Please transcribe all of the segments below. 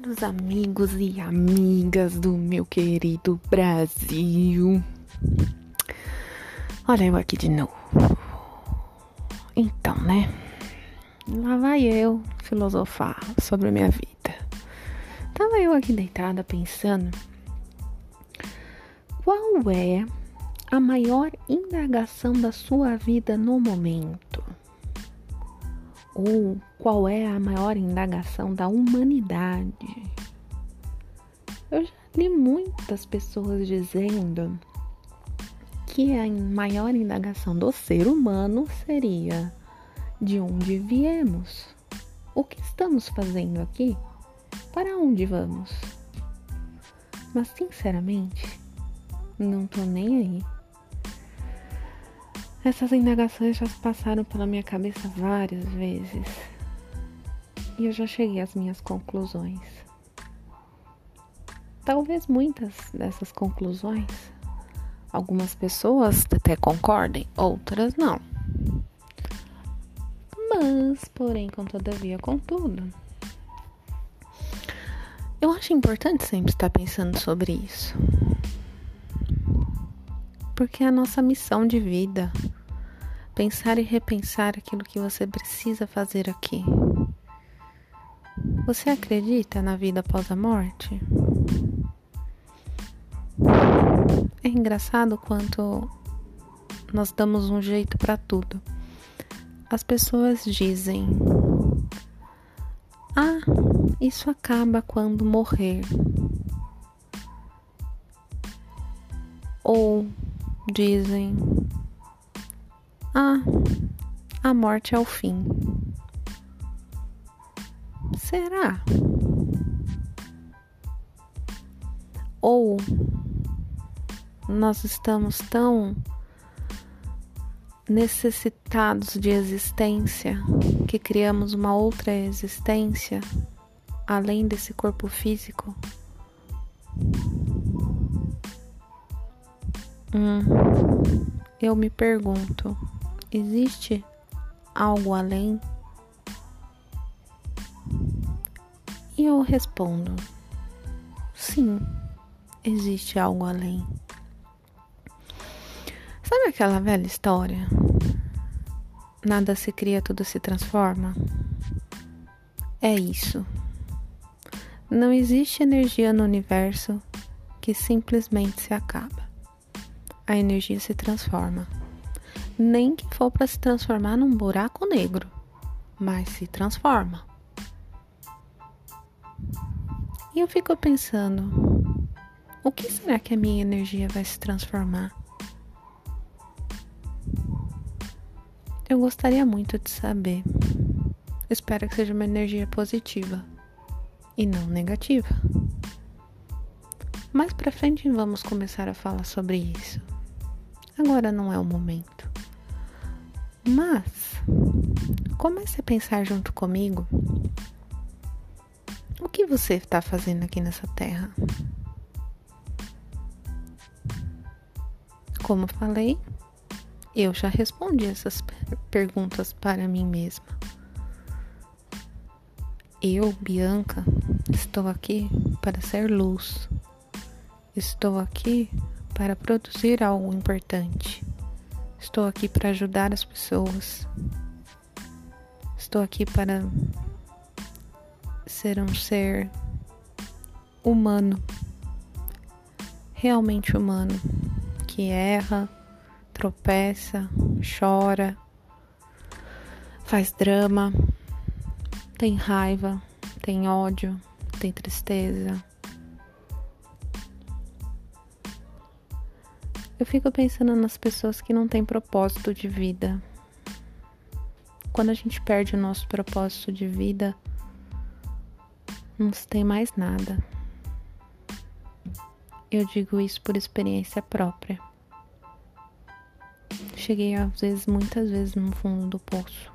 Queridos amigos e amigas do meu querido Brasil, olha eu aqui de novo. Então, né? Lá vai eu filosofar sobre a minha vida. Tava eu aqui deitada pensando qual é a maior indagação da sua vida no momento? Ou qual é a maior indagação da humanidade? Eu já li muitas pessoas dizendo que a maior indagação do ser humano seria: de onde viemos? O que estamos fazendo aqui? Para onde vamos? Mas sinceramente, não tô nem aí. Essas indagações já passaram pela minha cabeça várias vezes e eu já cheguei às minhas conclusões. Talvez muitas dessas conclusões, algumas pessoas até concordem, outras não. Mas, porém, todavia, contudo, eu acho importante sempre estar pensando sobre isso. Porque é a nossa missão de vida. Pensar e repensar aquilo que você precisa fazer aqui. Você acredita na vida após a morte? É engraçado quanto nós damos um jeito para tudo. As pessoas dizem: ah, isso acaba quando morrer. Ou dizem: ah, a morte é o fim. Será? Ou nós estamos tão necessitados de existência que criamos uma outra existência além desse corpo físico? Eu me pergunto, existe algo além? E eu respondo, sim, existe algo além. Sabe aquela velha história? Nada se cria, tudo se transforma? É isso. Não existe energia no universo que simplesmente se acaba. A energia se transforma. Nem que for para se transformar num buraco negro, mas se transforma. E eu fico pensando, o que será que a minha energia vai se transformar? Eu gostaria muito de saber. Espero que seja uma energia positiva e não negativa. Mais pra frente vamos começar a falar sobre isso. Agora não é o momento. Mas comece a pensar junto comigo. O que você está fazendo aqui nessa terra? Como falei, eu já respondi essas perguntas para mim mesma. Eu, Bianca, estou aqui para ser luz. Estou aqui para produzir algo importante. Estou aqui para ajudar as pessoas. Estou aqui para ser um ser humano, realmente humano, que erra, tropeça, chora, faz drama, tem raiva, tem ódio, tem tristeza. Eu fico pensando nas pessoas que não têm propósito de vida. Quando a gente perde o nosso propósito de vida, não se tem mais nada. Eu digo isso por experiência própria. Cheguei muitas vezes no fundo do poço.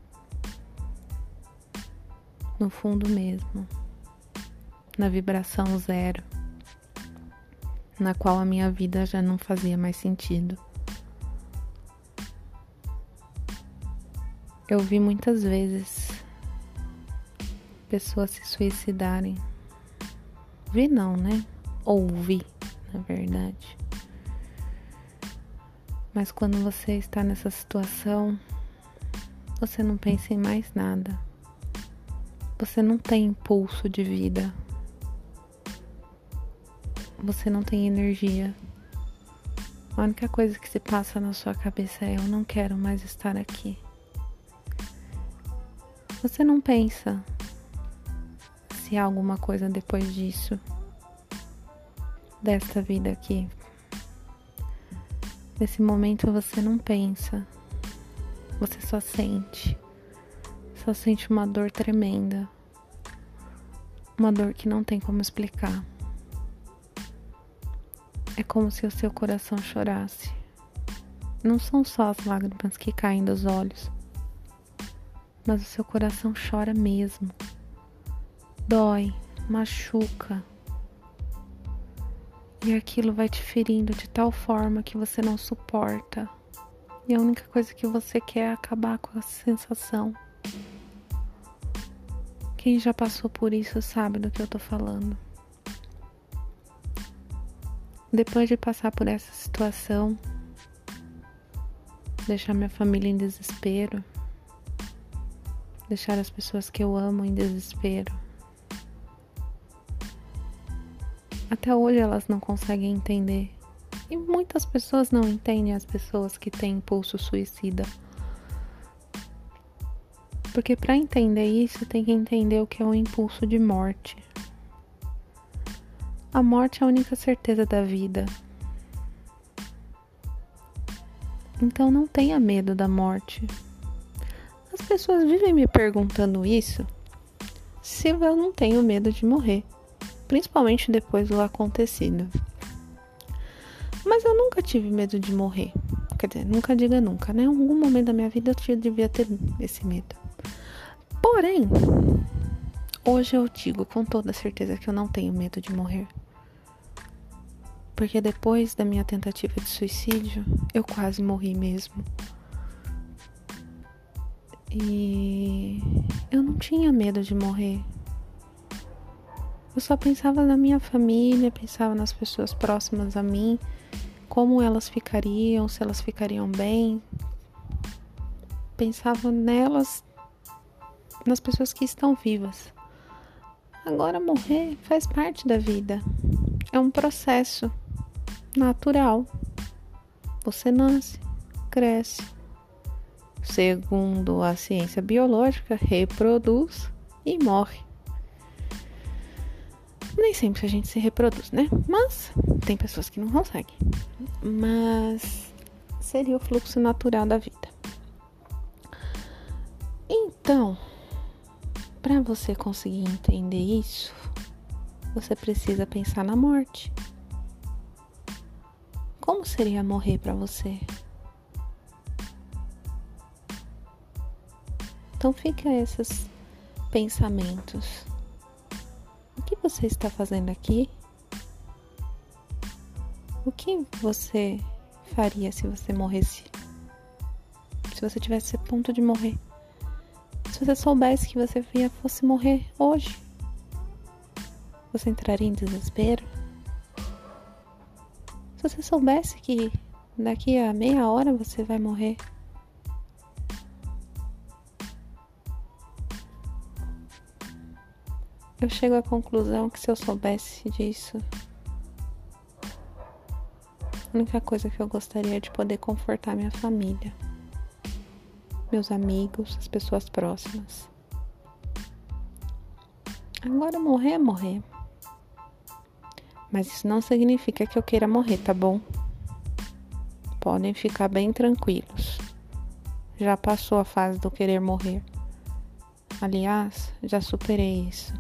No fundo mesmo. Na vibração zero. Na qual a minha vida já não fazia mais sentido. Eu vi muitas vezes pessoas se suicidarem Vi não, né? Ouvi, na verdade. Mas quando você está nessa situação, você não pensa em mais nada. Você não tem impulso de vida. Você não tem energia. A única coisa que se passa na sua cabeça é: eu não quero mais estar aqui. Você não pensa se há alguma coisa depois disso, desta vida aqui. Nesse momento você não pensa. Você só sente uma dor tremenda. Uma dor que não tem como explicar. É como se o seu coração chorasse. Não são só as lágrimas que caem dos olhos, mas o seu coração chora mesmo. Dói, machuca. E aquilo vai te ferindo de tal forma que você não suporta. E a única coisa que você quer é acabar com essa sensação. Quem já passou por isso sabe do que eu tô falando. Depois de passar por essa situação, deixar minha família em desespero, deixar as pessoas que eu amo em desespero, até hoje elas não conseguem entender. E muitas pessoas não entendem as pessoas que têm impulso suicida. Porque para entender isso, tem que entender o que é um impulso de morte. A morte é a única certeza da vida. Então não tenha medo da morte. As pessoas vivem me perguntando isso, se eu não tenho medo de morrer. Principalmente depois do acontecido. Mas eu nunca tive medo de morrer. Quer dizer, nunca diga nunca, né? Em algum momento da minha vida eu devia ter esse medo. Porém, hoje eu digo com toda certeza que eu não tenho medo de morrer. Porque depois da minha tentativa de suicídio, eu quase morri mesmo. E eu não tinha medo de morrer. Eu só pensava na minha família, pensava nas pessoas próximas a mim, como elas ficariam, se elas ficariam bem. Pensava nelas, nas pessoas que estão vivas. Agora morrer faz parte da vida. É um processo natural. Você nasce, cresce. Segundo a ciência biológica, reproduz e morre. Nem sempre a gente se reproduz, né? Mas tem pessoas que não conseguem. Mas seria o fluxo natural da vida. Então, para você conseguir entender isso, você precisa pensar na morte. Como seria morrer para você? Então fica esses pensamentos. O que você está fazendo aqui? O que você faria se você morresse? Se você tivesse a ponto de morrer? Se você soubesse que você fosse morrer hoje? Você entraria em desespero? Se você soubesse que daqui a meia hora você vai morrer? Eu chego à conclusão que se eu soubesse disso, a única coisa que eu gostaria é de poder confortar minha família, meus amigos, as pessoas próximas. Agora morrer é morrer. Mas isso não significa que eu queira morrer, tá bom? Podem ficar bem tranquilos. Já passou a fase do querer morrer. Aliás, já superei isso.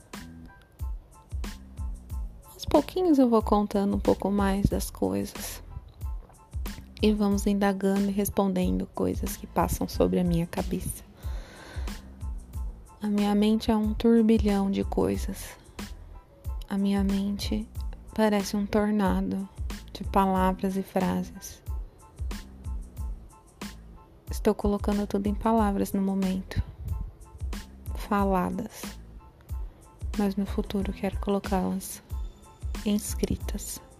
Aos pouquinhos eu vou contando um pouco mais das coisas. E vamos indagando e respondendo coisas que passam sobre a minha cabeça. A minha mente é um turbilhão de coisas. A minha mente parece um tornado de palavras e frases. Estou colocando tudo em palavras no momento. Faladas. mas no futuro quero colocá-las inscritas.